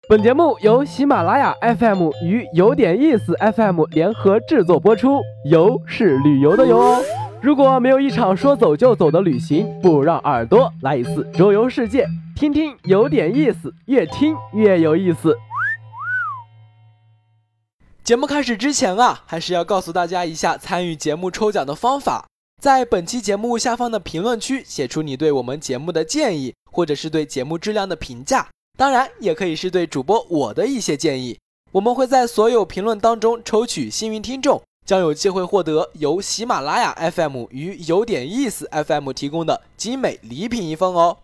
本节目由喜马拉雅 FM 与有点意思 FM 联合制作播出，游是旅游的游哦。如果没有一场说走就走的旅行，不如让耳朵来一次周游世界，听听有点意思，越听越有意思。 节目开始之前还是要告诉大家一下参与节目抽奖的方法。在本期节目下方的评论区写出你对我们节目的建议，或者是对节目质量的评价，当然也可以是对主播我的一些建议。我们会在所有评论当中抽取幸运听众，将有机会获得由喜马拉雅 FM 与有点意思 FM 提供的精美礼品一份哦。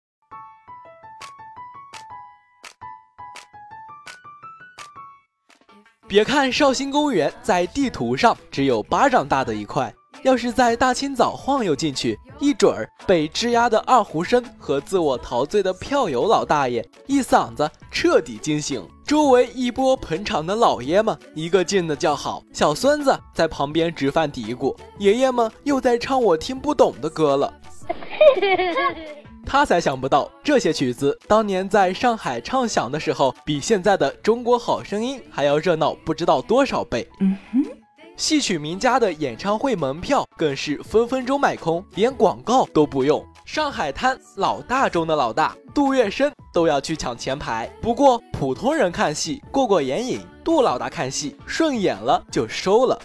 别看绍兴公园在地图上只有巴掌大的一块，要是在大清早晃悠进去，一准儿被吱呀的二胡声和自我陶醉的票友老大爷一嗓子彻底惊醒，周围一波捧场的老爷们一个劲的叫好，小孙子在旁边直犯嘀咕，爷爷们又在唱我听不懂的歌了。他才想不到，这些曲子当年在上海唱响的时候，比现在的中国好声音还要热闹不知道多少倍。戏曲名家的演唱会门票更是分分钟卖空，连广告都不用。上海滩老大中的老大，杜月笙都要去抢前排。不过普通人看戏过过眼瘾，杜老大看戏顺眼了就收了。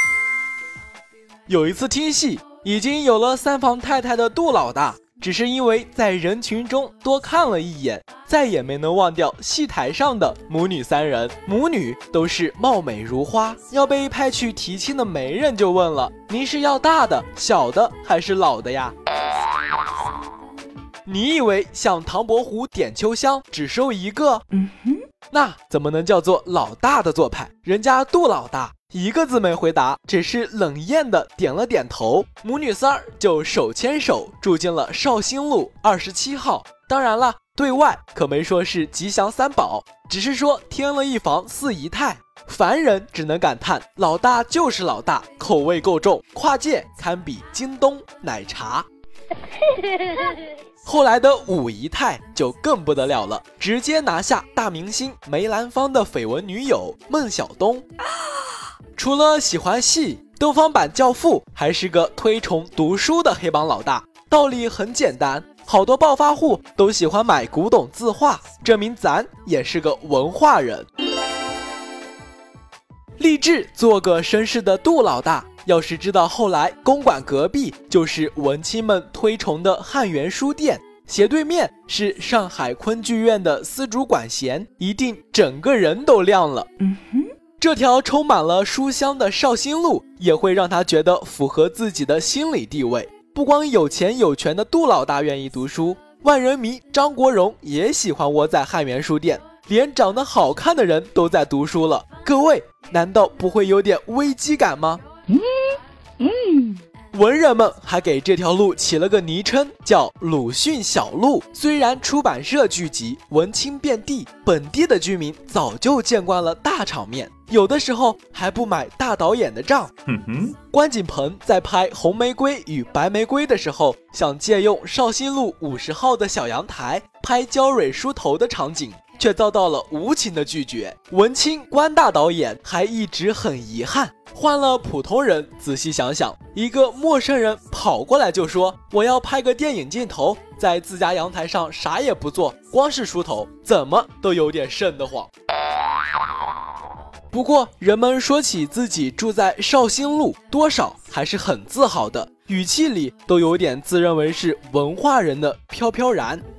有一次听戏，已经有了三房太太的杜老大，只是因为在人群中多看了一眼，再也没能忘掉戏台上的母女三人。母女都是貌美如花，要被派去提亲的媒人就问了，您是要大的、小的还是老的呀？你以为像唐伯虎点秋香只收一个？那怎么能叫做老大的做派？人家杜老大一个字没回答，只是冷艳的点了点头，母女三儿就手牵手住进了绍兴路27号。当然了，对外可没说是吉祥三宝，只是说添了一房4姨太。凡人只能感叹，老大就是老大，口味够重，跨界堪比京东奶茶。后来的5姨太就更不得了了，直接拿下大明星梅兰芳的绯闻女友孟小冬。除了喜欢戏，东方版教父还是个推崇读书的黑帮老大。道理很简单，好多暴发户都喜欢买古董字画，证明咱也是个文化人。立志做个绅士的杜老大，要是知道后来公馆隔壁就是文青们推崇的汉源书店，斜对面是上海昆剧院的丝竹管弦，一定整个人都亮了。这条充满了书香的绍兴路也会让他觉得符合自己的心理地位。不光有钱有权的杜老大愿意读书，万人迷张国荣也喜欢窝在汉源书店，连长得好看的人都在读书了。各位，难道不会有点危机感吗？文人们还给这条路起了个昵称，叫鲁迅小路。虽然出版社聚集，文青遍地，本地的居民早就见惯了大场面，有的时候还不买大导演的账。关锦鹏在拍《红玫瑰与白玫瑰》的时候，想借用绍兴路50号的小阳台拍焦蕊梳头的场景，却遭到了无情的拒绝。文青关大导演还一直很遗憾。换了普通人，仔细想想，一个陌生人跑过来就说我要拍个电影镜头，在自家阳台上啥也不做，光是梳头，怎么都有点瘆得慌。不过人们说起自己住在绍兴路，多少还是很自豪的，语气里都有点自认为是文化人的飘飘然。